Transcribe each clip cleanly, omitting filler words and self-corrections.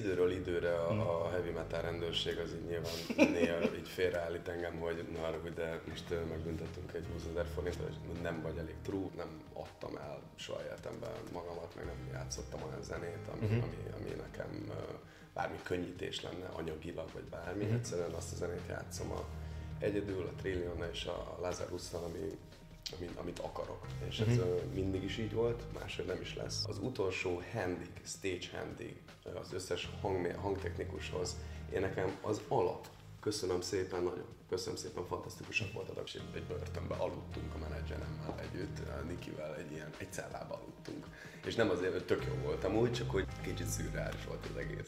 időről időre a heavy metal rendőrség az így nyilván néha így félreállít engem, hogy na, de most megbüntettünk egy 20 000 forintot, és nem vagy elég true, nem adtam el soha életemben magamat, meg nem játszottam olyan zenét, ami nekem bármi könnyítés lenne, anyagilag vagy bármi. Egyszerűen azt a zenét játszom egyedül, a Trillionnal és a Lazarusszal, amit akarok. És ez mindig is így volt, máshogy nem is lesz. Az utolsó handig, stage handig, az összes hangtechnikushoz, én nekem az alap. Köszönöm szépen nagyon. Köszönöm szépen, fantasztikusak voltatok, és egy börtönben aludtunk a menedzseremmel együtt, Nikivel egy cellába aludtunk. És nem azért, hogy tök jó voltam úgy, csak hogy kicsit szürreális volt az egész.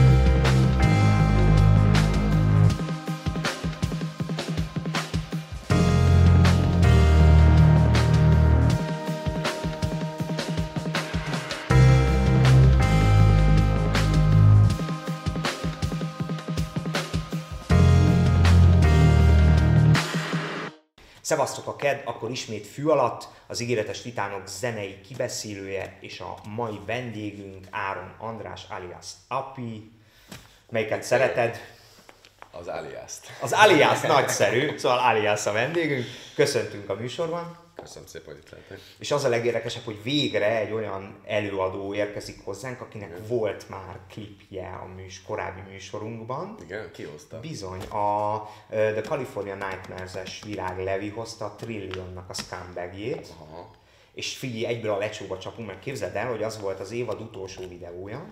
Szevasztok a KED, akkor ismét fű alatt, az Ígéretes Titánok zenei kibeszélője és a mai vendégünk Áron András alias Api. Melyiket szereted? Az aliast. Az alias nagyszerű, szóval alias a vendégünk. Köszöntünk a műsorban. Köszönöm szépen, hogy itt lehetek. És az a legérdekesebb, hogy végre egy olyan előadó érkezik hozzánk, akinek volt már klipje a korábbi műsorunkban. Igen, ki hozta? Bizony, a The California Nightmares-es Virág Levi hozta a Trillionnak a Scumbagjét. Aha. És figyelj, egyből a lecsóba csapunk, mert képzeld el, hogy az volt az évad utolsó videója.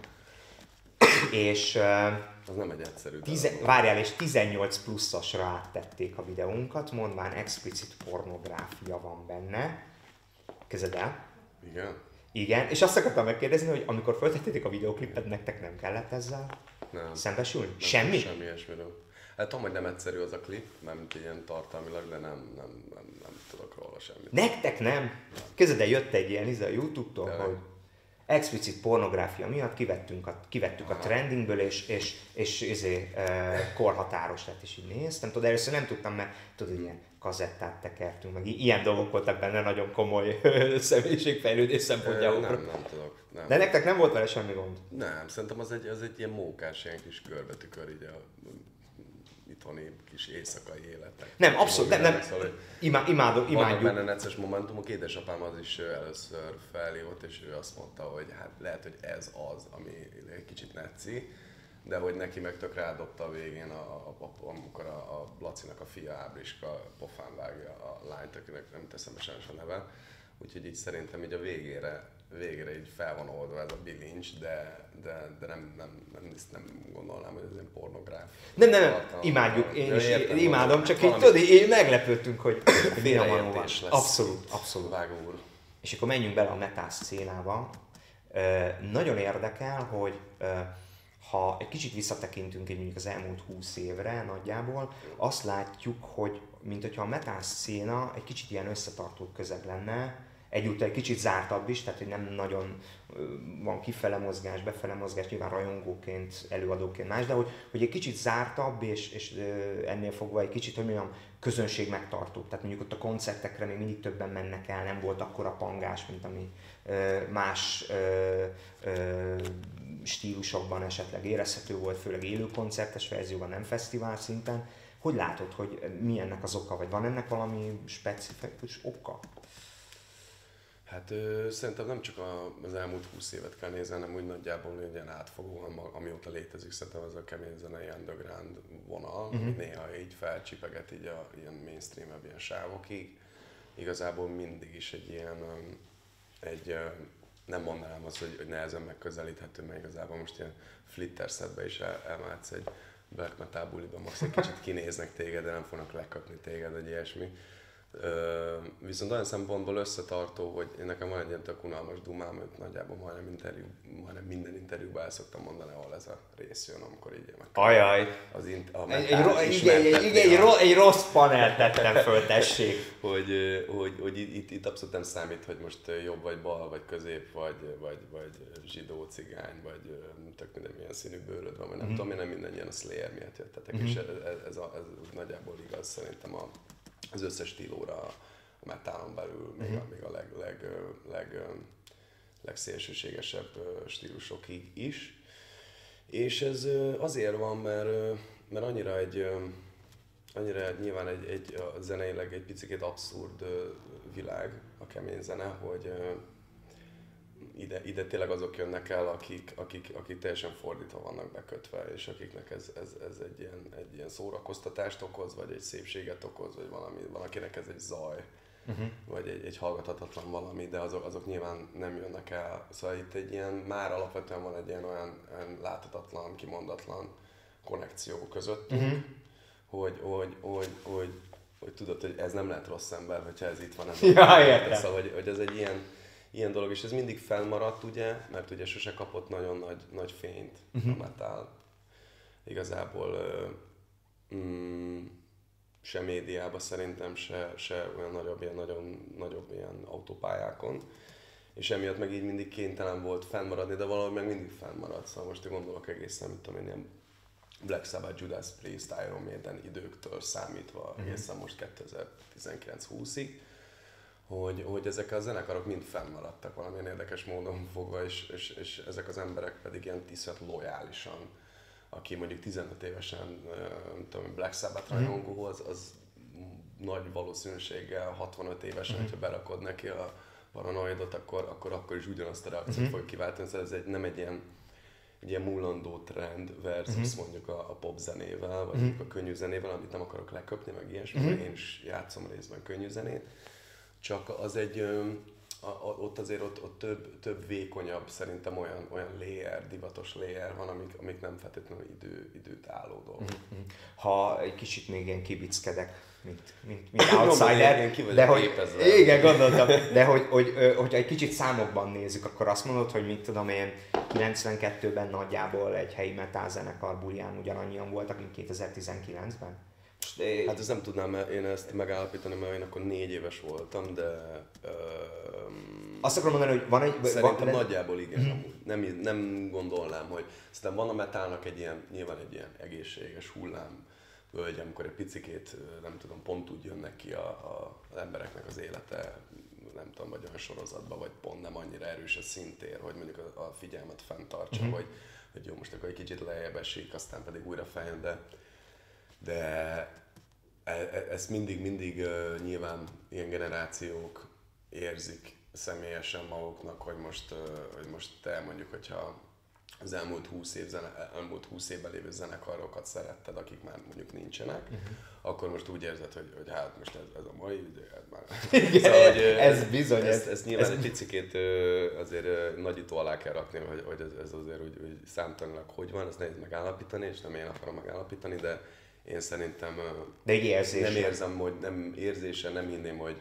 És az nem egy egyszerű várjál, és 18 pluszosra áttették a videónkat, mondván explicit pornográfia van benne. Kezded el? Igen? Igen, és azt akartam megkérdezni, hogy amikor föltettétek a videóklipet, nektek nem kellett ezzel szembesülni? Nem, semmi? Semmi ilyesmiről. Hát tudom, hogy nem egyszerű az a klip, nem ilyen tartalmilag, de nem tudok róla semmit. Nektek nem? Kezded el, jött egy ilyen a YouTube-tól, hogy explicit pornográfia miatt kivettük a trendingből, és korhatáros lett, és így néztem. Tudod, először nem tudtam, mert tudod, ilyen kazettát tekertünk, meg ilyen dolgok voltak benne, nagyon komoly személyiségfejlődés szempontjából. Nem tudok. Nem. De nektek nem volt vele semmi gond? Nem, szerintem az egy ilyen mókás, ilyen kis görbetükör, így a itthoni kis éjszakai életek. Nem, abszolút, nem. Imádjuk. Vannak benne necces momentumok, édesapám az is először felhívott, és ő azt mondta, hogy hát lehet, hogy ez az, ami egy kicsit necci, de hogy neki meg tök rádobta a végén, amikor a Lacinak a fia Ábriska pofán vágja a lányt, akinek nem teszem sajnos a neve. Úgyhogy így szerintem így a végére így fel van oldva ez a bilincs, de nem gondolnám, hogy ez ilyen pornográf. Nem, imádjuk, én is imádom, csak így tudod, én meglepődtünk, hogy félreértés lesz. Abszolút. Vágó úr. És akkor menjünk bele a metal szcénába. Nagyon érdekel, hogy ha egy kicsit visszatekintünk mondjuk az elmúlt 20 évre nagyjából, azt látjuk, hogy mintha a metal szcéna egy kicsit ilyen összetartó közeg lenne, egyúttal egy kicsit zártabb is, tehát hogy nem nagyon van kifele mozgás, befele mozgás, nyilván rajongóként, előadóként más, de hogy egy kicsit zártabb, és ennél fogva egy kicsit, hogy mondjam, közönség megtartó. Tehát mondjuk ott a koncertekre még mindig többen mennek el, nem volt akkora pangás, mint ami más stílusokban esetleg érezhető volt, főleg élő koncertes verzióban, nem fesztivál szinten. Hogy látod, hogy mi ennek az oka, vagy van ennek valami specifikus oka? Hát szerintem nem csak az elmúlt 20 évet kell nézni, hanem úgy nagyjából egy ilyen átfogóan, amióta létezik, szerintem ez a kemény zenei underground vonal, néha így felcsipeget így ilyen mainstream-ebb ilyen sávokig. Igazából mindig is egy ilyen, nem mondanám azt, hogy nehezen megközelíthető, mert igazából most ilyen flittersetbe is elmehetsz egy black metal buliba, most egy kicsit kinéznek téged, de nem fognak leköpni téged, egy ilyesmi. Viszont olyan szempontból összetartó, hogy nekem van egy ilyen tök unalmas dumám, hogy nagyjából majdnem minden interjúban el szoktam mondani, ahol ez a rész jön, amikor így Ajaj! Egy rossz panelt tettem föl, tessék! hogy itt abszolút nem számít, hogy most jobb vagy bal, vagy közép, vagy zsidó, cigány, vagy tök minden milyen színű bőröd van, vagy nem tudom, én nem mindannyian a Slayer miatt jöttetek, és ez nagyjából igaz szerintem az összes stílóra a metálon belül, még a legszélsőségesebb stílusokig is. És ez azért van, mert annyira nyilván a zeneileg egy picit abszurd világ, a kemény zene, hogy ide tényleg azok jönnek el, akik teljesen fordítva vannak bekötve, és akiknek ez egy ilyen szórakoztatást okoz, vagy egy szépséget okoz, vagy valakinek ez egy zaj, vagy egy hallgathatatlan valami, de azok nyilván nem jönnek el. Szóval itt egy ilyen, már alapvetően van egy ilyen olyan láthatatlan, kimondatlan konnekció közöttünk, hogy tudod, hogy ez nem lehet rossz ember, hogyha ez itt van. Szóval, hogy ez egy ilyen dolog, és ez mindig fennmaradt, ugye, mert ugye sose kapott nagyon nagy fényt a metal. Igazából se médiában szerintem, se olyan nagyobb ilyen autópályákon. És emiatt meg így mindig kénytelen volt fennmaradni, de valahogy meg mindig fennmaradt. Szóval most gondolok egészen, mit tudom én, ilyen Black Sabbath, Judas Priest, Iron Maiden időktől számítva egészen most 2019-20-ig, hogy ezek a zenekarok mind fennmaradtak valamilyen érdekes módon fogva, és ezek az emberek pedig ilyen tisztelt lojálisan, aki mondjuk 15 évesen tudom, Black Sabbath rajongó, az nagy valószínűséggel 65 évesen, hogyha berakod neki a Paranoidot, akkor is ugyanazt a reakciót fog kiváltani. Szóval ez nem egy ilyen mullandó trend versus mondjuk a pop zenével, vagy a könnyű zenével, amit nem akarok leköpni, meg ilyesmi, én is játszom részben könnyű zenét. Csak az ott azért ott több vékonyabb, szerintem olyan layer, divatos layer van, amik nem feltétlenül időt álló dolgok. Ha egy kicsit még ilyen kibickedek, mint outsider, de hogy, igen, gondoltam, de hogyha egy kicsit számokban nézzük, akkor azt mondod, hogy mit tudom én, 92-ben nagyjából egy helyi metal zenekar bulján ugyanannyian voltak, mint 2019-ben? Hát ezt nem tudnám én ezt megállapítani, mert én akkor 4 éves voltam, de... Azt akarom mondani, hogy van egy... Szerintem nagyjából igen, nem gondolnám, hogy... Szerintem van a metálnak nyilván egy ilyen egészséges hullám völgy, amikor egy picikét, nem tudom, pont úgy jönnek ki az embereknek az élete, nem tudom, vagy olyan sorozatban, vagy pont nem annyira erős a szintér, hogy mondjuk a figyelmet fenntartsa, hogy jó, most akkor egy kicsit lejjebb esik, aztán pedig újra feljön, de ezt mindig nyilván ilyen generációk érzik személyesen maguknak, hogy most te mondjuk, hogyha az elmúlt 20 évben lévő zenekarokat szeretted, akik már mondjuk nincsenek, akkor most úgy érzed, hogy hát most ez a mai idő, hát már... Igen, szóval, hogy, ez bizony. Ez nyilván egy picikét azért nagyító alá kell rakni, hogy ez azért úgy számtanilag hogy van, ezt nehéz megállapítani, és nem én akarom megállapítani, de én szerintem nem érzem, hogy nem érzése, nem hinném, hogy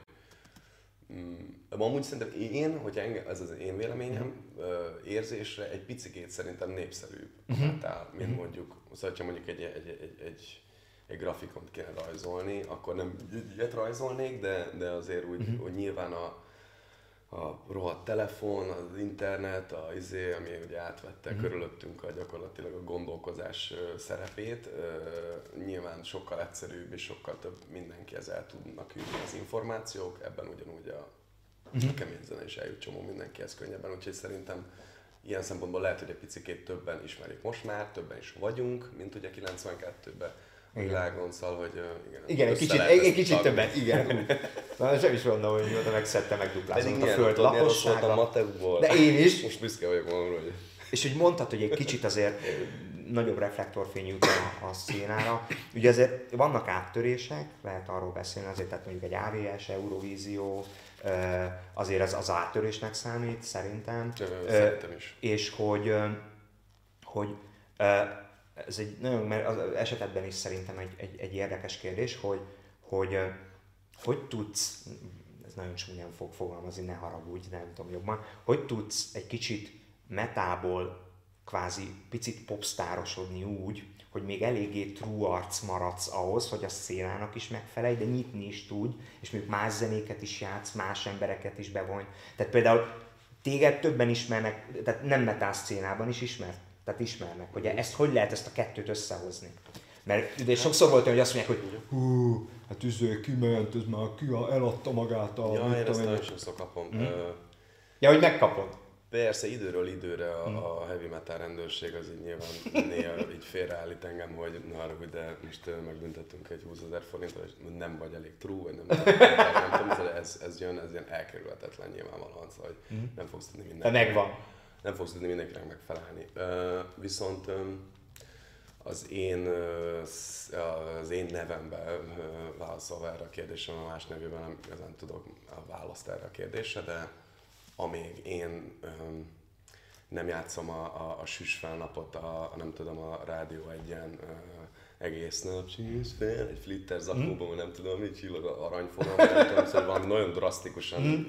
amúgy szerintem ez az én véleményem, érzésre egy picikét szerintem népszerűbb metal, mint mondjuk, szóval ha mondjuk egy grafikont kéne rajzolni, akkor nem ilyet rajzolnék, de azért úgy nyilván a rohadt telefon, az internet, ami ugye átvette körülöttünk gyakorlatilag a gondolkozás szerepét, nyilván sokkal egyszerűbb és sokkal több mindenki ezzel tudnak jutni az információk, ebben ugyanúgy a kemény zene is eljut csomó mindenkihez könnyebben, úgyhogy szerintem ilyen szempontból lehet, hogy egy picikét többen ismerik most már, többen is vagyunk, mint ugye 92-ben. Világon, szóval, hogy igen, egy kicsit többen, igen. Na, sem is mondom, hogy mióta megszedte, megduplázott a föld lakossága. De én is. Most büszke vagyok magamra, hogy... És hogy mondtad, hogy egy kicsit azért nagyobb reflektorfény jut a szénára. Ugye azért vannak áttörések, lehet arról beszélni, azért tehát mondjuk egy AVS, Eurovízió, azért az áttörésnek számít, szerintem. Szerintem is. És hogy ez egy nagyon, mert az esetedben is szerintem egy érdekes kérdés, hogy tudsz, ez nagyon csúnyán fog fogalmazni, ne haragudj, nem tudom jobban, hogy tudsz egy kicsit metából kvázi picit popstárosodni úgy, hogy még eléggé true arc maradsz ahhoz, hogy a szénának is megfelelj, de nyitni is tudj, és még más zenéket is játsz, más embereket is bevonj. Tehát például téged többen ismernek, tehát nem metál szcénában is tehát ismernek, hogy ezt hogy lehet ezt a kettőt összehozni. Mert ugye sokszor volt, hogy azt mondják, hogy hát kiment, ez már eladta magát a... Ja, én ezt nagyon sokszor kapom. Ja, hogy megkapod. Persze, időről időre a heavy metal rendőrség az így nyilván néha így félreállít engem, hogy na haragudj, de most megbüntettünk egy 20 000 forintot, és nem vagy elég true, vagy nem tudom, de ez ilyen elkerülhetetlen nyilvánvalóan, szóval nem fogsz tudni mindenkinek. De megvan. Nem fogsz tudni mindenkinek megfelelni. Viszont az én nevemben válaszolva erre a kérdésre, a más nevében nem igazán tudok választ erre a kérdésre, de amíg én nem játszom a süsfelnapot, nem tudom, a Rádió Egyen egész nap süsfel, egy flitter zakóban, nem tudom, mit csillog aranyfonom, nem tudom, szóval valami nagyon drasztikusan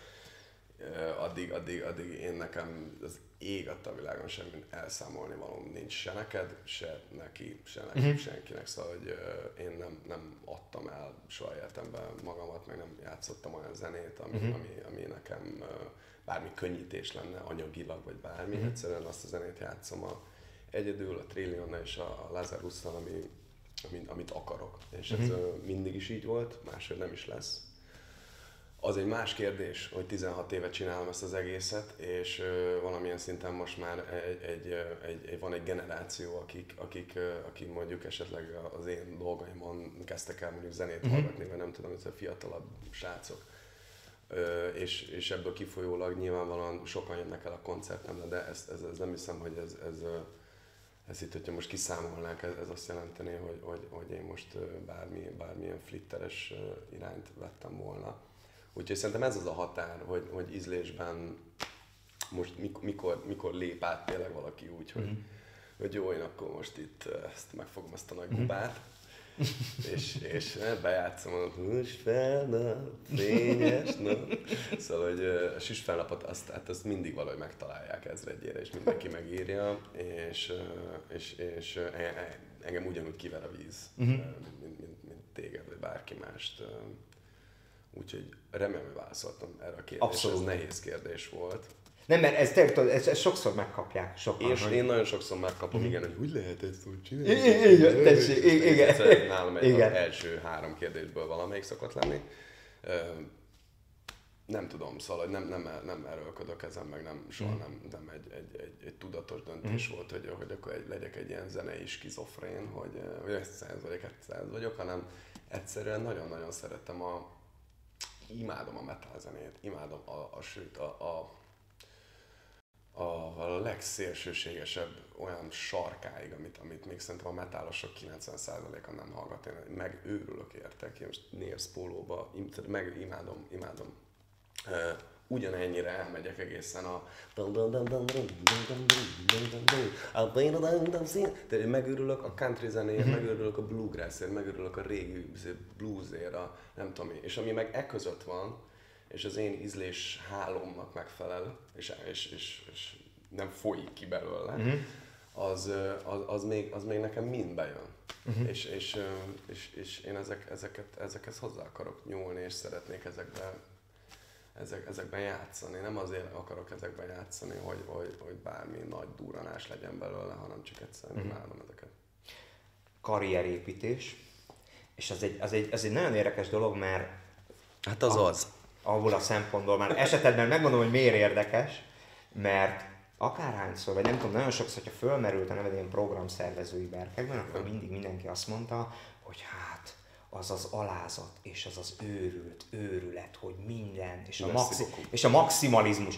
addig én nekem az ég adta a világon semmi elszámolni valóm nincs se neked, se neki, se neki, senkinek, szóval hogy én nem adtam el soha életemben magamat, meg nem játszottam olyan zenét, ami nekem bármi könnyítés lenne anyagilag, vagy bármi, egyszerűen azt a zenét játszom egyedül, a Trillionnal és a Lazarusszal, amit akarok, és ez mindig is így volt, máshogy nem is lesz. Az egy más kérdés, hogy 16 éve csinálom ezt az egészet, és valamilyen szinten most már van egy generáció, akik mondjuk esetleg az én dolgaimon kezdtek el mondjuk zenét hallgatni, vagy nem tudom, ez a fiatalabb srácok. És ebből kifolyólag nyilvánvalóan sokan jönnek el a koncertemre, de ez nem hiszem, hogy ez itt, hogyha most kiszámolnánk, ez azt jelenteni, hogy én most bármilyen flitteres irányt vettem volna. Úgyhogy szerintem ez az a határ, hogy ízlésben most mikor lép át tényleg valaki úgy, hogy jó, én akkor most itt megfogom ezt a nagy gubát, és bejátszom a süsfelnap, fényes nap. Szóval, hogy a süsfelnapot azt mindig valahogy megtalálják ezredjére, és mindenki megírja, és engem ugyanúgy kiver a víz, mint téged, vagy bárki mást. Úgyhogy remélem, hogy válaszoltam erre a kérdésre. Abszolút. Ez nehéz kérdés volt. Nem, mert ezt sokszor megkapják sokan. És én nagyon sokszor megkapom, igen, hogy lehet ezt úgy csinálni. Igen. Nálam az első 3 kérdésből valamelyik szokott lenni. Nem tudom, szóval nem erőlködök ezen, meg soha nem egy tudatos döntés volt, hogy akkor legyek egy ilyen zenei skizofrén, hogy 100 vagyok, hanem egyszerűen nagyon-nagyon szeretem imádom a metal zenét, imádom sőt a legszélsőségesebb olyan sarkáig, amit még szerintem a metálosok 90%-a nem hallgat. Én megőrülök értek, én most Nérsz pólóba, imádom. Ugyanennyire elmegyek egészen de megőrülök a country zenéért, megőrülök a bluegrassért, megőrülök a régi bluesért, nem tudom én. És ami meg között van, és az én ízlés hálómnak megfelel, és nem folyik ki belőle, az még nekem mind bejön. És én ezekhez hozzá akarok nyúlni, és szeretnék ezekben játszani. Nem azért akarok ezekben játszani, hogy bármi nagy durranás legyen belőle, hanem csak egyszerűen imádom ezeket. Karrierépítés. És az egy nagyon érdekes dolog, mert hát az. Abból a szempontból már esetedben megmondom, hogy miért érdekes, mert akárhányszor, vagy nem tudom, nagyon sokszor, hogyha fölmerült a neved ilyen programszervezői berkekben, akkor mindig mindenki azt mondta, hogy hát az az alázat, és az az őrület, hogy minden, és a maximalizmus.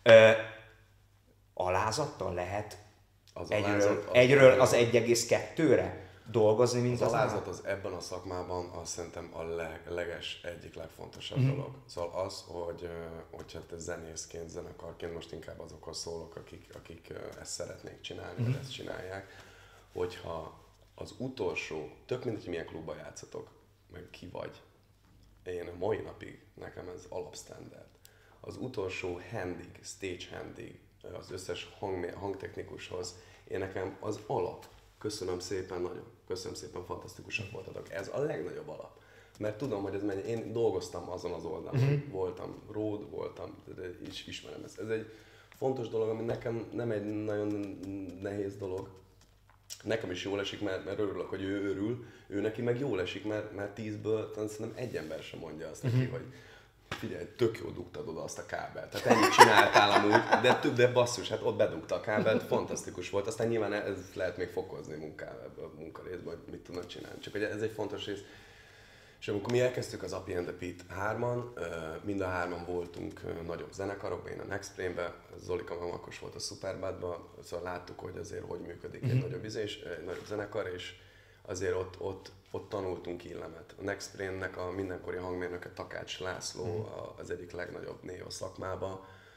Alázattal lehet egyről az 1,2-re dolgozni, mint az alázat az ebben a szakmában azt szerintem a egyik legfontosabb dolog. Szóval az, hogyha te zenészként, zenekarként, most inkább azokhoz szólok, akik ezt szeretnék csinálni, vagy ezt csinálják, hogyha az utolsó, tök mindegy, milyen klubban játszatok, meg ki vagy, én a mai napig, nekem ez alapstandard. Az utolsó handig, stage handig, az összes hangtechnikushoz, én nekem az alap. Köszönöm szépen, fantasztikusak voltatok. Ez a legnagyobb alap. Mert tudom, hogy ez mennyi. Én dolgoztam azon az oldalon, voltam road, de ismerem ezt. Ez egy fontos dolog, ami nekem nem egy nagyon nehéz dolog. Nekem is jól esik, mert örülök, hogy ő örül, ő neki meg jól esik, mert 10-ből szerintem egy ember sem mondja azt neki, hogy figyelj, tök jó dugtad oda azt a kábelt. Tehát ennyit csináltál amúgy, de basszus, hát ott bedugta a kábelt, fantasztikus volt. Aztán nyilván ez lehet még fokozni munkarészben, hogy mit tudnak csinálni. Csak hogy ez egy fontos rész. És amikor mi elkezdtük az Appy and the Pit 3-an, mind a 3-an voltunk nagyobb zenekarokban, én a Next Plane-ben, Zolika meg akkor volt a Superbadban, szóval láttuk, hogy azért hogy működik egy nagyobb egy nagyobb zenekar, és azért ott tanultunk illemet. A Next Plane-nek a mindenkori hangmérnöke Takács László az egyik legnagyobb név a szakmában.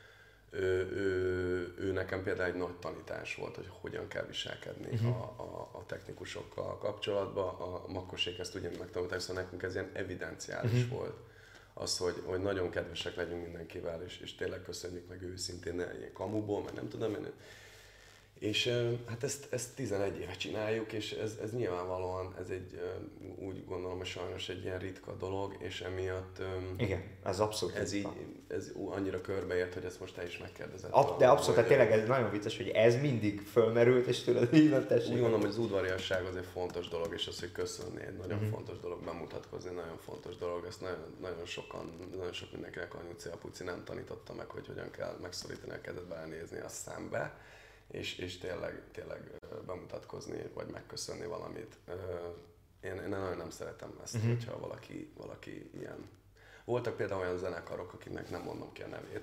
Ő nekem például egy nagy tanítás volt, hogy hogyan kell viselkedni a technikusokkal kapcsolatban. A Makkosék ezt ugyanúgy megtanulták, szóval nekünk ez ilyen evidenciális volt. Az, hogy nagyon kedvesek legyünk mindenkivel, és tényleg köszönjük meg őszintén, ne ilyen kamuból, meg nem tudom én. És hát ezt 11 éve csináljuk, és ez nyilvánvalóan, ez úgy gondolom, hogy sajnos egy ilyen ritka dolog, és emiatt... Igen, ez abszolút ez annyira körbeért, hogy ezt most te is megkérdezed. De abszolút, tehát tényleg ez nagyon vicces, hogy ez mindig fölmerült, és tudod, így tessék. Úgy gondolom, hogy az udvariasság az egy fontos dolog, és az, hogy köszönni egy nagyon fontos dolog, bemutatkozni nagyon fontos dolog, ezt nagyon sok mindenkinek a nyuci apuci nem tanította meg, hogy hogyan kell megszorítani a kezedbe, elnézni a szembe. És tényleg bemutatkozni, vagy megköszönni valamit. Én nagyon nem szeretem ezt, hogyha valaki ilyen. Voltak például olyan zenekarok, akiknek nem mondom ki a nevét.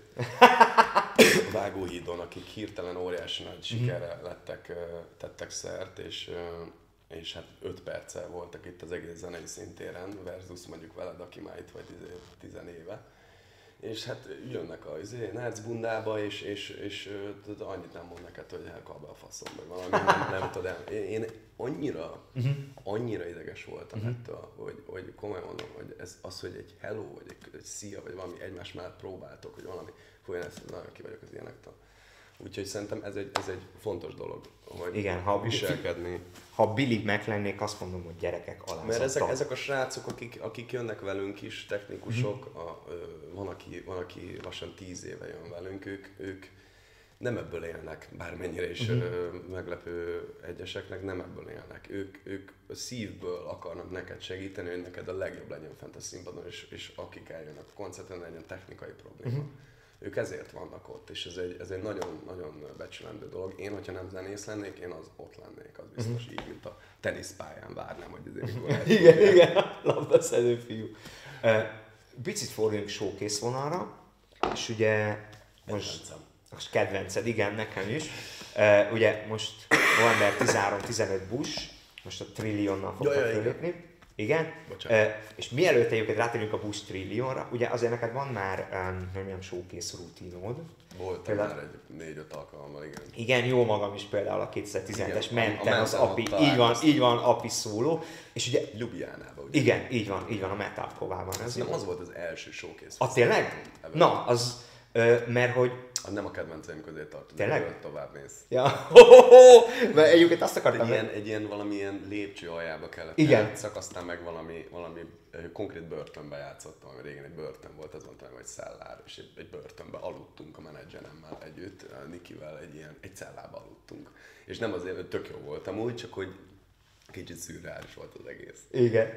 A Vágóhídon, akik hirtelen óriási nagy sikerre tettek szert, és hát 5 perccel voltak itt az egész zenei szintéren, versus mondjuk veled, aki már itt vagy 10 éve. És hát jönnek a Nácbundába, és annyit nem mond neked, hogy elkapd a faszom, vagy valami, nem tudod. Én annyira ideges voltam ettől, hogy komolyan mondom, hogy az, hogy egy hello, vagy egy szia, vagy valami egymás mellett próbáltok, hogy valami, folyam, ezt nagyon ki vagyok az ilyenektől. Úgyhogy szerintem ez egy fontos dolog, hogy igen, viselkedni. Ha Billig meglennék, azt mondom, hogy gyerekek alázattal. Mert ezek a srácok, akik jönnek velünk is, technikusok, van, aki lassan 10 éve jön velünk, ők nem ebből élnek, bármennyire is meglepő egyeseknek, nem ebből élnek. Ők szívből akarnak neked segíteni, hogy neked a legjobb legyen fent a színpadon, és akik eljönnek a koncerten, legyen technikai probléma. Ők ezért vannak ott, és ez egy nagyon becsülendő dolog. Én, hogyha nem zenész lennék, én ott lennék, az biztos így, mint a teniszpályán várnám, hogy azért Igen, labdaszedő fiú. Picit forduljunk showcase vonalra, és ugye most kedvenced, igen, nekem is. Ugye most november 13-15 Bush, most a Trillionnal fognak fölépni. Igen. És mielőtt egyébként rátérünk a Bush Trillionra, ugye azért neked van már nem showcase rutinod. Voltam már egy 4-5 alkalommal, igen. Igen, jó magam is például a 2017-es mentem az Appy, így van, Appy szóló. És ugye Ljubljánában, ugye? Igen, így van, a Metal Kovában. Nem az volt az első showcase. Tényleg? Na, az, mert hogy... Nem a kedvenceim közé tartozik, tényleg? Tovább mész. Ja, mert egyébként azt akartam... Egy ilyen valamilyen lépcső aljába kellett játszak, aztán meg valami konkrét börtönbe játszottam, ami régen egy börtön volt, az mondtam, hogy cellár, és egy börtönbe aludtunk a menedzseremmel együtt, Nikivel egy cellába aludtunk. És nem azért, hogy tök jó voltam úgy, csak hogy kicsit szürreális volt az egész. Igen.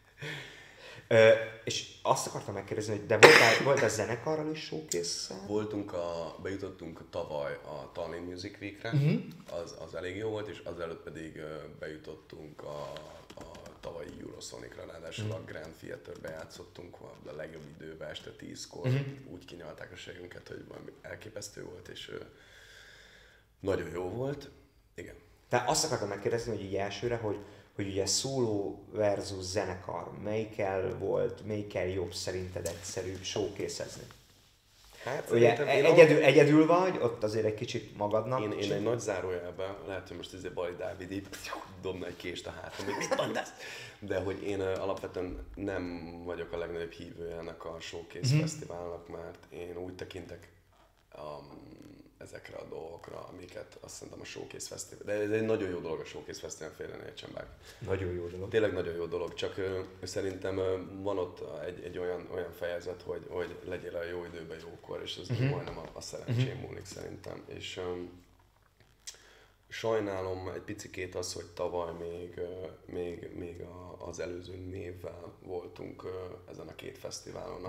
És azt akartam megkérdezni, hogy de voltál zenekarral is showcase-szel? Bejutottunk tavaly a Tallinn Music Week-re, az elég jó volt, és azelőtt pedig bejutottunk a tavalyi Eurosonicra, ráadásul a Grand Theatre-be játszottunk a legjobb időben, este 10-kor, úgy kinyalták a segünket, hogy valami elképesztő volt, és nagyon jó volt. Igen. Tehát azt akartam megkérdezni, hogy így elsőre, hogy ugye szóló versus zenekar, melyikkel jobb szerinted egyszerűbb showcase-ezni? Hát ugye egyedül vagy, ott azért egy kicsit magadnak. Én egy nagy zárójelben, lehet, hogy most Bali Dávid így dobna egy kést a hátam, hogy mit mondasz? De hogy én alapvetően nem vagyok a legnagyobb hívője ennek a Showcase Fesztiválnak, mert én úgy tekintek ezekre a dolgokra, amiket azt szerintem a Showcase Fesztivál. De ez egy nagyon jó dolog a Showcase Fesztivál, félre ne értsen bár. Nagyon jó dolog. Tényleg nagyon jó dolog, csak szerintem van ott egy olyan fejezet, hogy legyél a jó időben jókor, és ez majdnem a szerencsém múlik szerintem. És Sajnálom egy picikét az, hogy tavaly még az előző névvel voltunk ezen a két fesztiválon,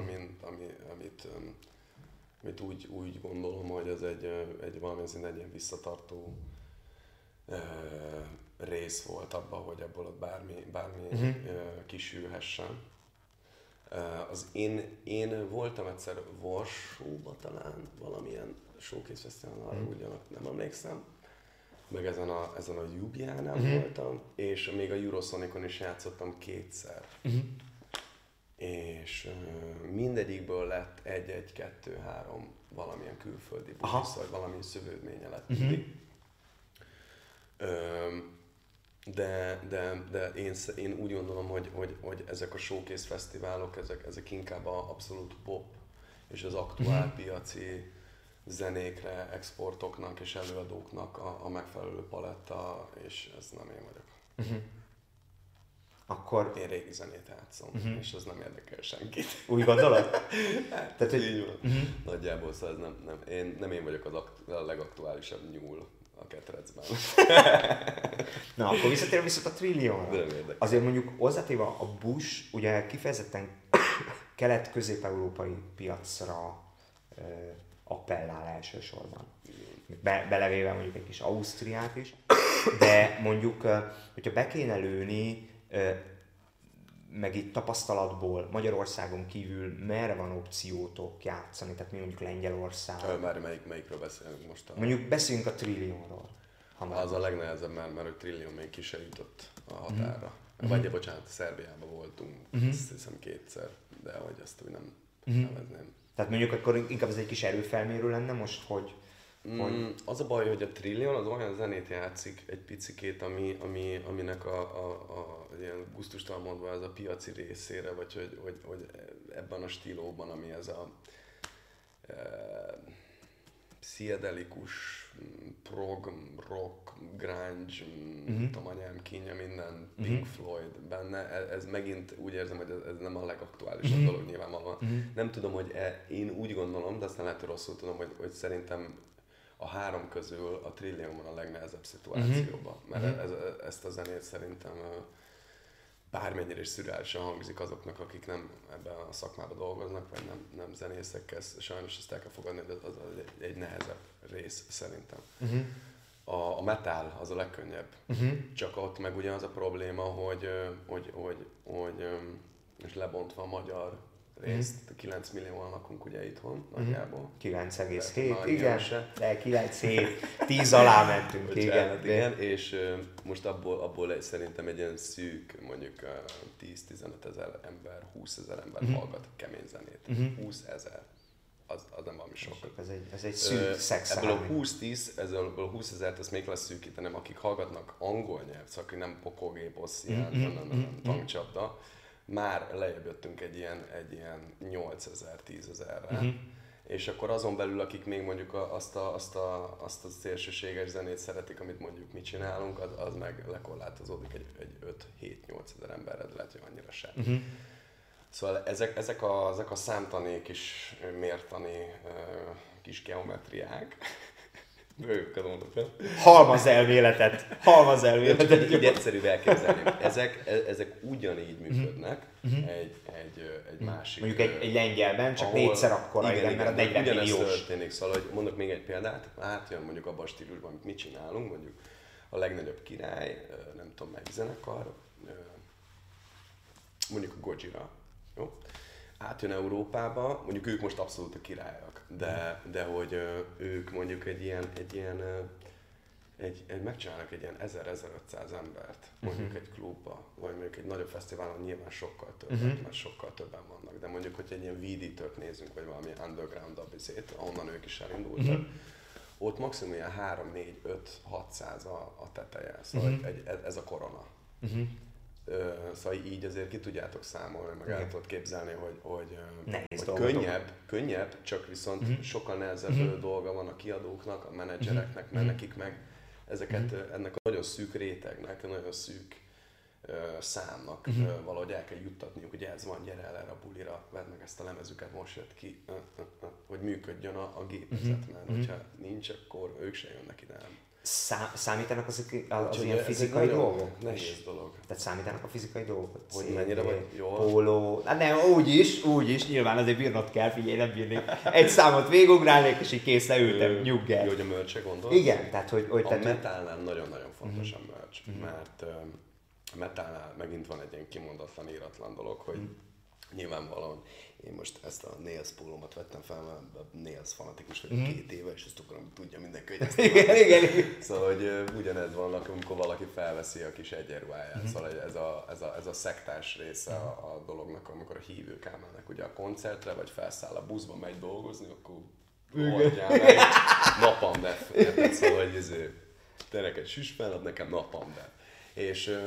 amit úgy gondolom, hogy ez egy valamilyen szinten egy ilyen visszatartó rész volt abban, hogy ebből ott bármi kisülhessen. Én voltam egyszer Varsóba talán, valamilyen showcase fesztiválon, arra ugyanak nem emlékszem. Meg ezen a Ljubljánán voltam, és még a Eurosonicon is játszottam kétszer. És mindegyikből lett 1-2-3 valamilyen külföldi busz, vagy valami szövődménye lett mindig. De én úgy gondolom, hogy ezek a showcase fesztiválok, ezek inkább abszolút pop és az aktuál piaci zenékre, exportoknak és előadóknak a megfelelő paletta, és ez nem én vagyok. Akkor... Én régi zenét játszom, és az nem érdekel senkit. Úgy gondolod? Tehát, hogy... Így van. Nagyjából szóval ez nem én vagyok a legaktuálisabb nyúl a ketrecben. Na, akkor visszatérve viszont a Trillionra. Azért mondjuk hozzátéve a Bush ugye kifejezetten kelet-közép-európai piacra appellál elsősorban. Belevéve mondjuk egy kis Ausztriát is. De mondjuk, hogyha be kéne lőni, meg itt tapasztalatból Magyarországon kívül merre van opciótok játszani, tehát mi mondjuk Lengyelország. Már melyikről beszélünk most? Mondjuk beszéljünk a Trillionról. Az a legnehezebb, mert a Trillion még ki se jutott a határra. Vagy bocsánat, Szerbiában voltunk, azt hiszem kétszer, de hogy ezt úgy nem nevezném. Tehát mondjuk akkor inkább ez egy kis erőfelmérő lenne most, hogy... Az a baj, hogy a Trillion az olyan zenét játszik egy picikét, aminek a ilyen gusztustalan mondva ez a piaci részére, vagy hogy ebben a stílóban, ami ez a pszichedelikus, prog, rock, grunge, tudom anyám kínja, minden Pink Floyd benne, ez megint úgy érzem, hogy ez nem a legaktuálisabb dolog nyilvánvalóan. Nem tudom, hogy én úgy gondolom, de aztán lehet, hogy rosszul tudom, hogy szerintem a három közül a Trillion van a legnehezebb szituációban, mert ezt a zenét szerintem bármennyire is szürreálisan hangzik azoknak, akik nem ebben a szakmában dolgoznak, vagy nem zenészekkel, sajnos ezt el kell fogadni, de az egy nehezebb rész szerintem. A metal az a legkönnyebb, csak ott meg ugye az a probléma, hogy és lebontva a magyar részt, 9 millióan lakunk ugye itthon nagyjából. 9,7, igen, de 9,7, 10 alá mentünk, igen. És most abból szerintem egy ilyen szűk, mondjuk 10-15 ezer ember, 20 ezer ember hallgat kemény zenét. 20 ezer. Az nem valami sok. Ez egy szűk szexállni. Ebből a 20 ezert ezt még lesz szűkítenem, akik hallgatnak angol nyelvt, szóval akik nem pokolgép, nem tankcsapda, már lejjebb jöttünk egy ilyen 8000, 10.000-re. És akkor azon belül, akik még mondjuk azt a szélsőséges zenét szeretik, amit mondjuk mi csinálunk, az meg lekorlátozódik egy 5-7-8 ezer emberre, de lehet, hogy annyira sem. Szóval ezek a számtani kis mértani kis geometriák, bőjükkel mondok el. Halmaz elméletet. Így egyszerűbb elképzelni. Ezek ugyanígy működnek egy másik... Mondjuk egy lengyelben, csak négyszer akkora, igen, mert a 40 milliós. Ugyanezt történik, szóval, hogy mondok még egy példát, átjön mondjuk abban a stílusban, amit mi csinálunk, mondjuk a legnagyobb király, nem tudom melyik zenekar, mondjuk a Gojira, jó? Átjön Európába, mondjuk ők most abszolút a királyok, de hogy ők mondjuk megcsinálnak egy ilyen 1000-1500 embert, mondjuk egy klubba, vagy mondjuk egy nagyobb fesztiválon nyilván sokkal többet, mert sokkal többen vannak, de mondjuk, hogy egy ilyen VD-tört nézünk, vagy valami underground-abb izét, ahonnan ők is elindultak, ott maximum ilyen 3-4-5-600 a teteje, szóval ez a korona. Szóval így azért ki tudjátok számolni, meg el tudod képzelni, hogy könnyebb, csak viszont sokkal nehezebb dolga van a kiadóknak, a menedzsereknek, mert nekik meg ennek a nagyon szűk rétegnek, a nagyon szűk számnak valahogy el kell juttatniuk, hogy ez van, gyere el erre a bulira, vedd meg ezt a lemezüket, most jött ki, hogy működjön a gépezet, mert hogyha nincs, akkor ők se jönnek ide. Számítanak az ilyen fizikai dolgok? Nehéz dolog. Tehát számítanak a fizikai dolgok? Hogy mennyire vagy jól? Póló... Hát nem, úgyis, nyilván azért bírnod kell, figyelj, nem bírnék. Egy számot végugrálnék, és így kész leültem, nyuggel. Jó, hogy a merch-e gondolsz? Igen, tehát hogy... A metalnál nagyon-nagyon fontos a merch, mert a metalnál megint van egy ilyen kimondatlan, íratlan dolog, hogy nyilvánvalóan én most ezt a Nails pólómat vettem fel, mert a Nails fanatikus vagyok 2 éve, és ezt akarom, hogy tudja mindenki, hogy ezt igen. Szóval, hogy ugyanez van, amikor valaki felveszi a kis egyenruháját. Szóval ez a szektás része a dolognak, amikor a hívők elmennek ugye a koncertre, vagy felszáll a buszba, megy dolgozni, akkor oldjál meg, napamdef. Szóval, hogy te neked süspenad, nekem napamdef. És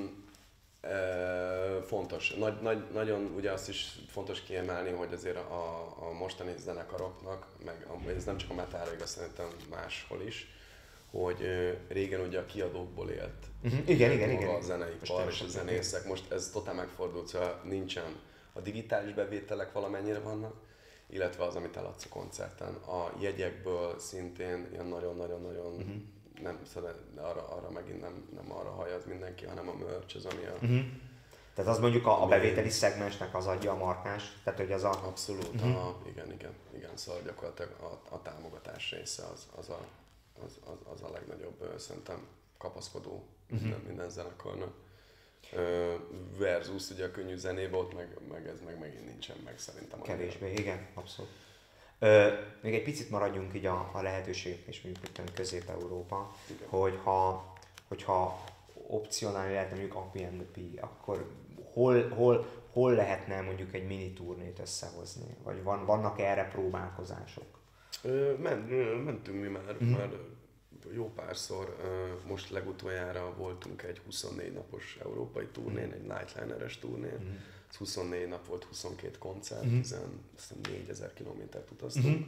fontos. Nagyon ugye azt is fontos kiemelni, hogy azért a mostani zenekaroknak, meg ez nem csak a metalra igaz, szerintem máshol is, hogy régen ugye a kiadókból élt Igen. a zeneipar és a zenészek. Most ez totál megfordult, szóval nincsen. A digitális bevételek valamennyire vannak, illetve az, amit eladsz a koncerten. A jegyekből szintén ilyen nagyon-nagyon-nagyon nem, szóval arra megint nem arra hajaz mindenki, hanem a merch az, ami a... Tehát az mondjuk a bevételi szegmensnek az adja a markáns, tehát hogy az a... Abszolút, igen, szóval gyakorlatilag a támogatás része az a legnagyobb szerintem kapaszkodó minden zenekarnak. Versus ugye a könnyű zenében ott meg ez megint nincsen meg szerintem. Kevésbé, igen, abszolút. Még egy picit maradjunk így a lehetőségek és mondjuk itt Közép-Európa, hogyha opcionálni lehetne mondjuk Api and the P, akkor hol lehetne mondjuk egy mini turnét összehozni? Vagy vannak erre próbálkozások? Mentünk mi már jó párszor. Most legutoljára voltunk egy 24 napos európai turnén, egy Nightliner-es turnén. Ez 24 nap volt, 22 koncert, 4000 kilométert utaztunk.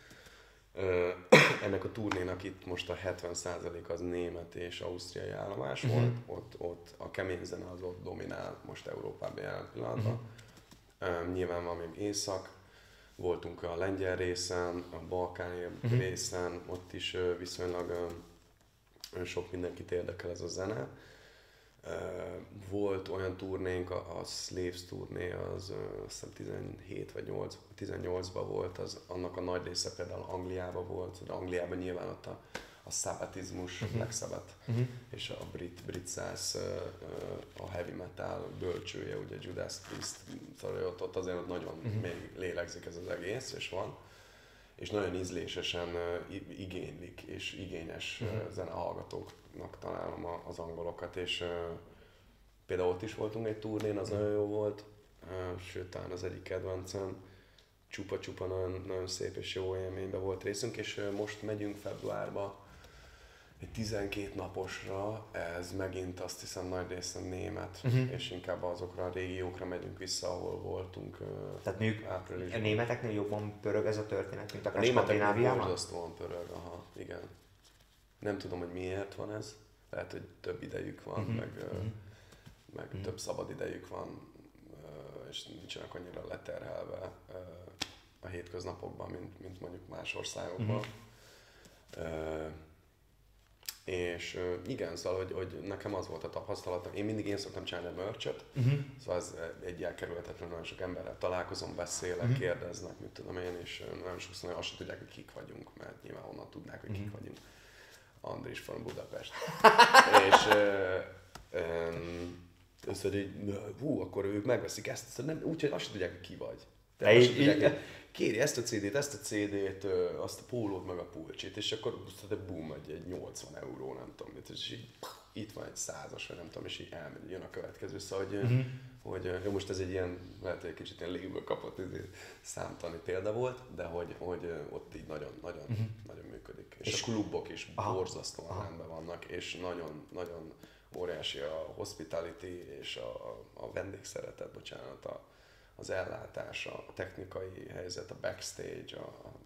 Ennek a turnénak itt most a 70% az német és ausztriai állomás volt. Ott a kemény zene az ott dominál most Európában jelen pillanatban. Nyilván van még észak, voltunk a lengyel részen, a balkáni részen, ott is viszonylag sok mindenkit érdekel ez a zene. Volt olyan turnénk, a Slaves turné, az azt hiszem 17 vagy 18-ban volt, annak a nagy része például Angliában volt, de Angliában nyilván ott a szabatizmus, Black Sabbath, és a brit száz, a heavy metal bölcsője, ugye Judas Priest, szóval ott azért nagyon még lélegzik ez az egész, és van. És nagyon ízlésesen igénylik és igényes zenehallgatóknak találom az angolokat, és például ott is voltunk egy turnén, az nagyon jó volt, sőt talán az egyik kedvencem, csupa-csupa nagyon szép és jó élményben volt részünk, és most megyünk februárba egy 12 naposra, ez megint azt hiszem nagy részen német, és inkább azokra a régiókra megyünk vissza, ahol voltunk. Tehát mondjuk a németeknél jobban pörög ez a történet, mint a Skandináviában? Borzasztóan pörög, igen. Nem tudom, hogy miért van ez, lehet, hogy több idejük van, meg több szabad idejük van, és nincsenek annyira leterhelve a hétköznapokban, mint mondjuk más országokban. És igen, szóval, hogy nekem az volt a tapasztalatom. Én szoktam csinálni a merch-et, szóval ez egy elkerülhetetlen, nagyon sok emberrel találkozom, beszélek, kérdeznek, mit tudom én, és nagyon sokszor azt sem tudják, hogy kik vagyunk, mert nyilván onnan tudnák, hogy kik vagyunk. Andris from Budapest. És akkor ők megveszik ezt, úgyhogy azt sem tudják, hogy ki vagy. Kéri ezt a CD-t, azt a pólót, meg a pulcsit, és akkor boom, egy 80 euró, nem tudom mit, és így itt van egy 100-as, vagy nem tudom, és így elmegy, jön a következő, szóval, hogy jó, most ez egy ilyen, lehet, hogy egy kicsit ilyen légből kapott számtani példa volt, de hogy ott így nagyon működik. És a klubok is borzasztóan rendben vannak, és nagyon óriási a hospitality és a vendégszeretet, bocsánat, az ellátás, a technikai helyzet, a backstage,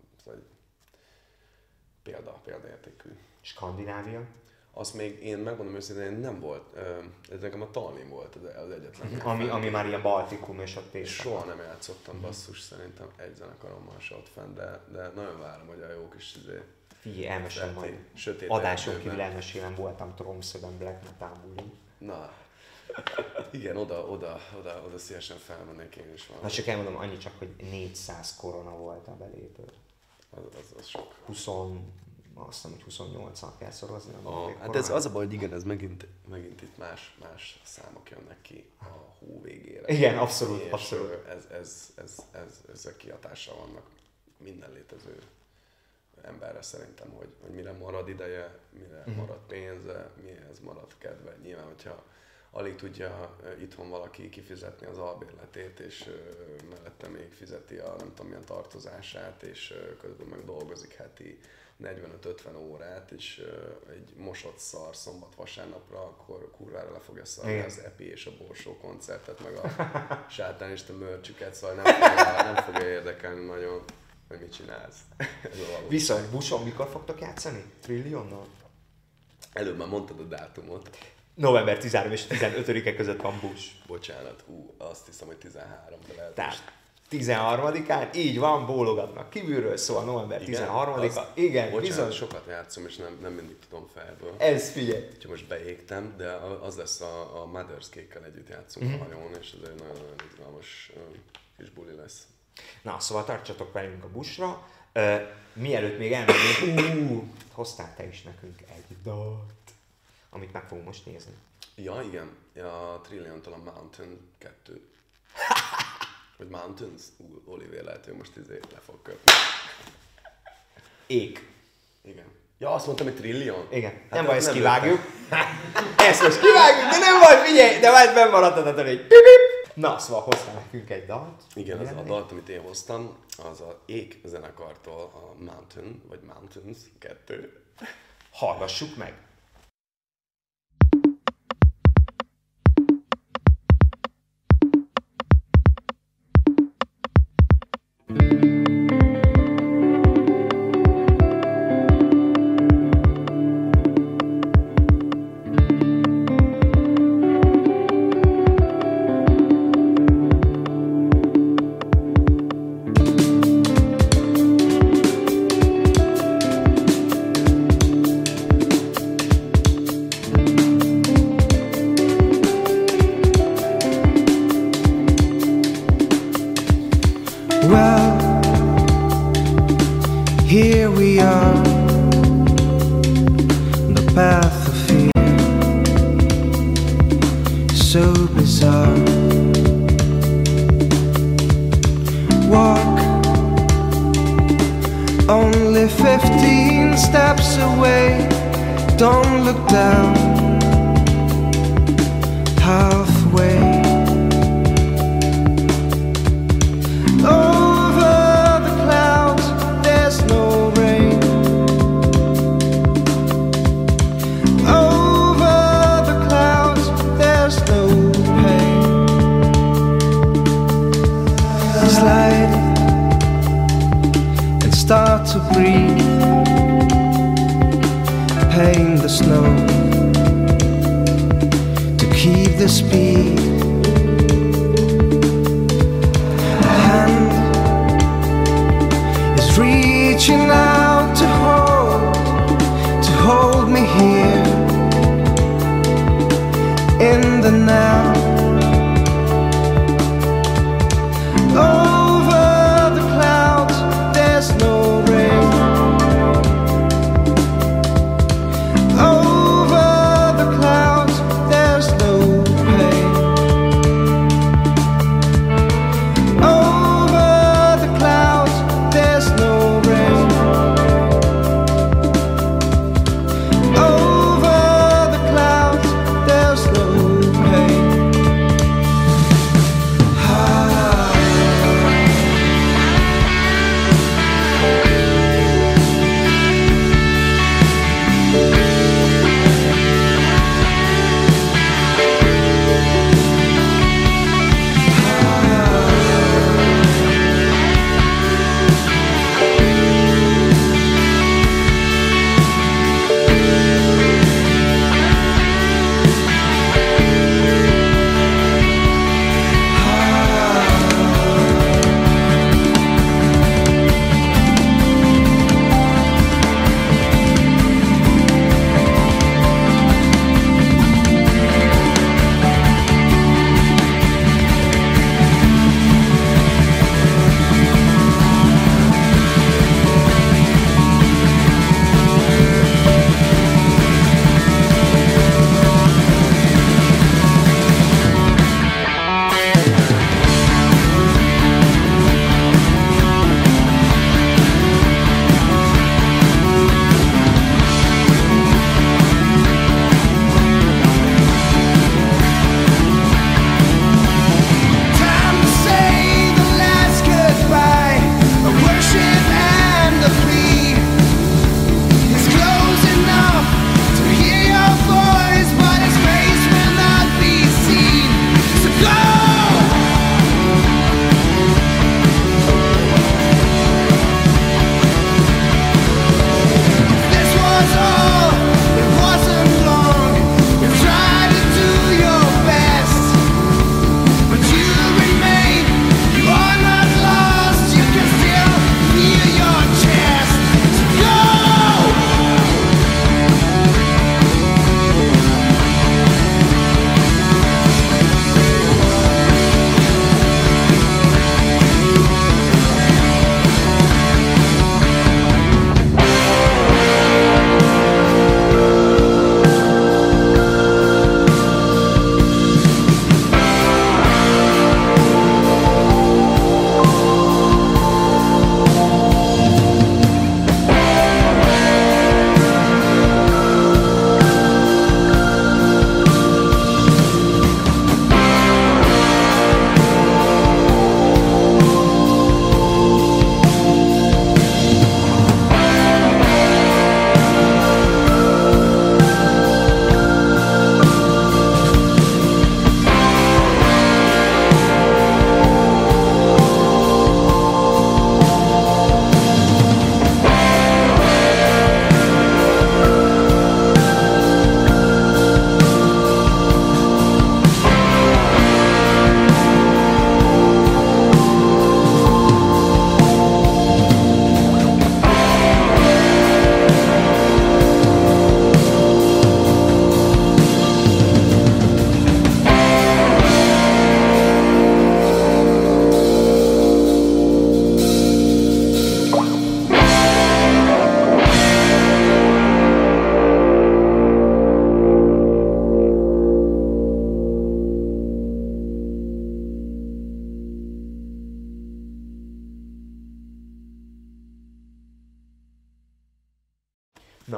példaértékű. Skandinávia? Azt még én megmondom őszintén, nem volt, ez nekem a Tallinn volt az egyetlen. Ami már ilyen Baltikum és ott éjszaka. Soha nem játszottam basszus, szerintem egy zenekarommal se ott fenn, de nagyon várom, hogy a jó kis Figyelj, elmesélem majd. Sötét Adáson erdőben. kívül elmesélem, voltam Tromsøben Black Metal buli. Na, igen, oda szívesen felmennék én is Na valami. csak elmondom annyi csak, hogy 400 korona volt a belépő. Az sok. 20, azt hiszem, hogy 28-al kell szorozni. Hát ez az a baj, hogy igen, ez megint itt más számok jönnek ki a hó végére. Igen, abszolút, és abszolút. Ezek kihatással vannak minden létező emberre szerintem, hogy mire marad ideje, mire marad pénze, mihez marad kedve. Nyilván, hogyha alig tudja itthon valaki kifizetni az albérletét, és mellette még fizeti a nem tudom milyen tartozását, és közben meg dolgozik heti 45-50 órát, és egy mosott szar szombat-vasárnapra, akkor kurvára le fogja szarni az Epi és a Borsó koncertet, meg a sátánista mörcsüket, szóval nem fogja érdekelni nagyon, hogy mit csinálsz. Viszont buszon mikor fogtok játszani? Trillionnal? Előbb már mondtad a dátumot. November 13 és 15-e között van busz. Bocsánat, azt hiszem, hogy 13, de lehet. Tehát 13-án, így van, bólogatnak kívülről, szóval november 13-a. Igen, bocsánat, bizony. sokat játszom, és nem mindig tudom fejből. Ez figyelj. Úgyhogy most beégtem, de az lesz a Mother's Cake-kel együtt játszunk a hajón, és ez egy nagyon izgalmas kis buli lesz. Na, szóval tartsatok velünk a buszra. Mielőtt még elmennénk, hoztál te is nekünk egy dalt, amit meg fogunk most nézni. Ja, igen. A Trillion-tól a Mountain 2. Vagy Mountains? Oliver lehet, hogy most le fog köpni. Ég. Igen. Ja, azt mondtam, hogy Trillion? Igen. Hát nem baj, ezt nem kivágjuk. Ezt most kivágjuk, de nem baj, figyelj, de majd bennmaradtad, hogy pip-pip. Na, szóval hoztál nekünk egy dalt. Igen, az a dalt, amit én hoztam, az a Ég zenekartól a Mountain, vagy Mountains 2. Hallgassuk meg. Here we are, the path of fear, so bizarre. Walk only 15 steps away, don't look down, halfway. Start to breathe, paint the snow to keep the speed. A hand is reaching out to hold me here in the now. Over the clouds, there's no pain.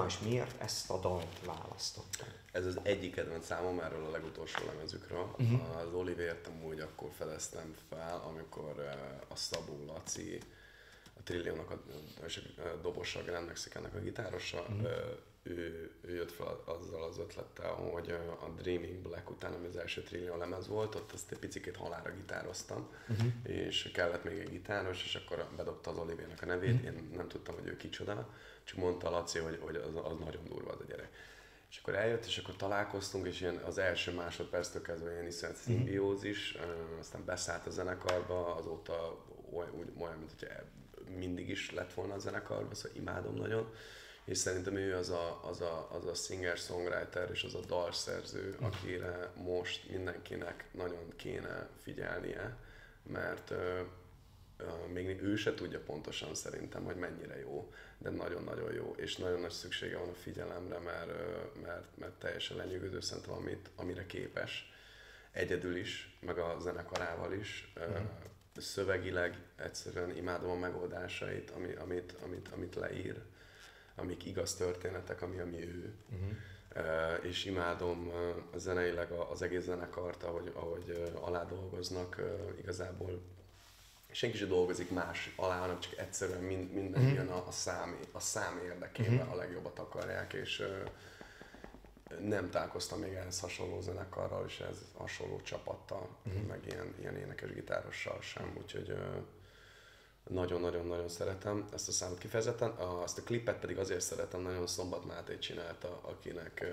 Na és miért ezt a dalt választottam? Ez az egyik kedvenc számom erről a legutolsó lemezükről. Az Olivért amúgy akkor fedeztem fel, amikor a Szabó Laci, a Trillionnak a dobosa, a Grand Mexicannek a gitárosa, ő jött fel azzal az ötlettel, hogy a Dreaming Black után, ami az első Trillion lemez volt, ott azt egy picit halálra gitároztam, és kellett még egy gitáros, és akkor bedobta az Olivérnek a nevét, én nem tudtam, hogy ő kicsoda, csak mondta Laci, hogy az nagyon durva az a gyerek. És akkor eljött, és akkor találkoztunk, és ilyen az első másodperctől kezdve ilyen iszonyat szimbiózis, aztán beszállt a zenekarba, azóta olyan, mint hogyha mindig is lett volna a zenekarban, szóval imádom nagyon. És szerintem ő az a singer-songwriter és az a dalszerző, akire most mindenkinek nagyon kéne figyelnie, mert még ő se tudja pontosan szerintem, hogy mennyire jó, de nagyon-nagyon jó, és nagyon nagy szüksége van a figyelemre, mert teljesen lenyűgöző szerintem, amire képes, egyedül is, meg a zenekarával is. Szövegileg egyszerűen imádom a megoldásait, amit leír, amik igaz történetek, ami ő. És imádom zeneileg az egész zenekart, ahogy alá dolgoznak, igazából senki sem dolgozik más alá, hanem csak egyszerűen minden jön a szám érdekében, a legjobbat akarják, és nem találkoztam még ehhez hasonló zenekarral, és ez hasonló csapattal, meg ilyen énekes gitárossal sem, úgyhogy nagyon-nagyon-nagyon szeretem ezt a számot kifejezetten. Azt a klipet pedig azért szeretem, nagyon Szombat Máté csinálta, akinek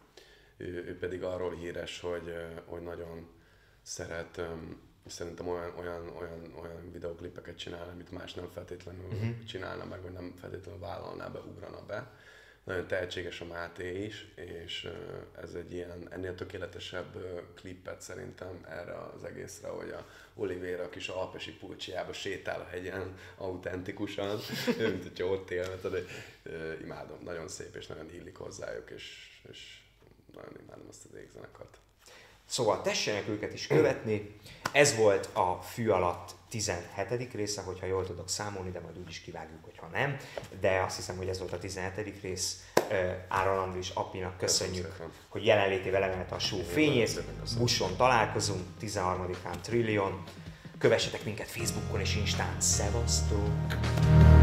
ő pedig arról híres, hogy nagyon szeret, szerintem olyan videoklipeket csinál, amit más nem feltétlenül csinálna meg, vagy nem feltétlenül vállalná be, ugrana be. Nagyon tehetséges a Máté is, és ez egy ilyen ennél tökéletesebb klippet szerintem erre az egészre, hogy a Olivér a kis alpesi pulcsiába sétál a hegyen autentikusan, mint hogyha ott élne, de imádom, nagyon szép és nagyon illik hozzájuk, és nagyon imádom azt az égzenekart. Szóval tessenek őket is követni. Ez volt a Fű alatt 17. része, hogyha jól tudok számolni, de majd úgy is kivágjuk, hogyha nem. De azt hiszem, hogy ez volt a 17. rész. Áron Andris Appinak köszönjük, hogy jelenlétével emelte a show fényét. Busson találkozunk, 13-án Trillion. Kövessetek minket Facebookon és Instán. Szevasztok!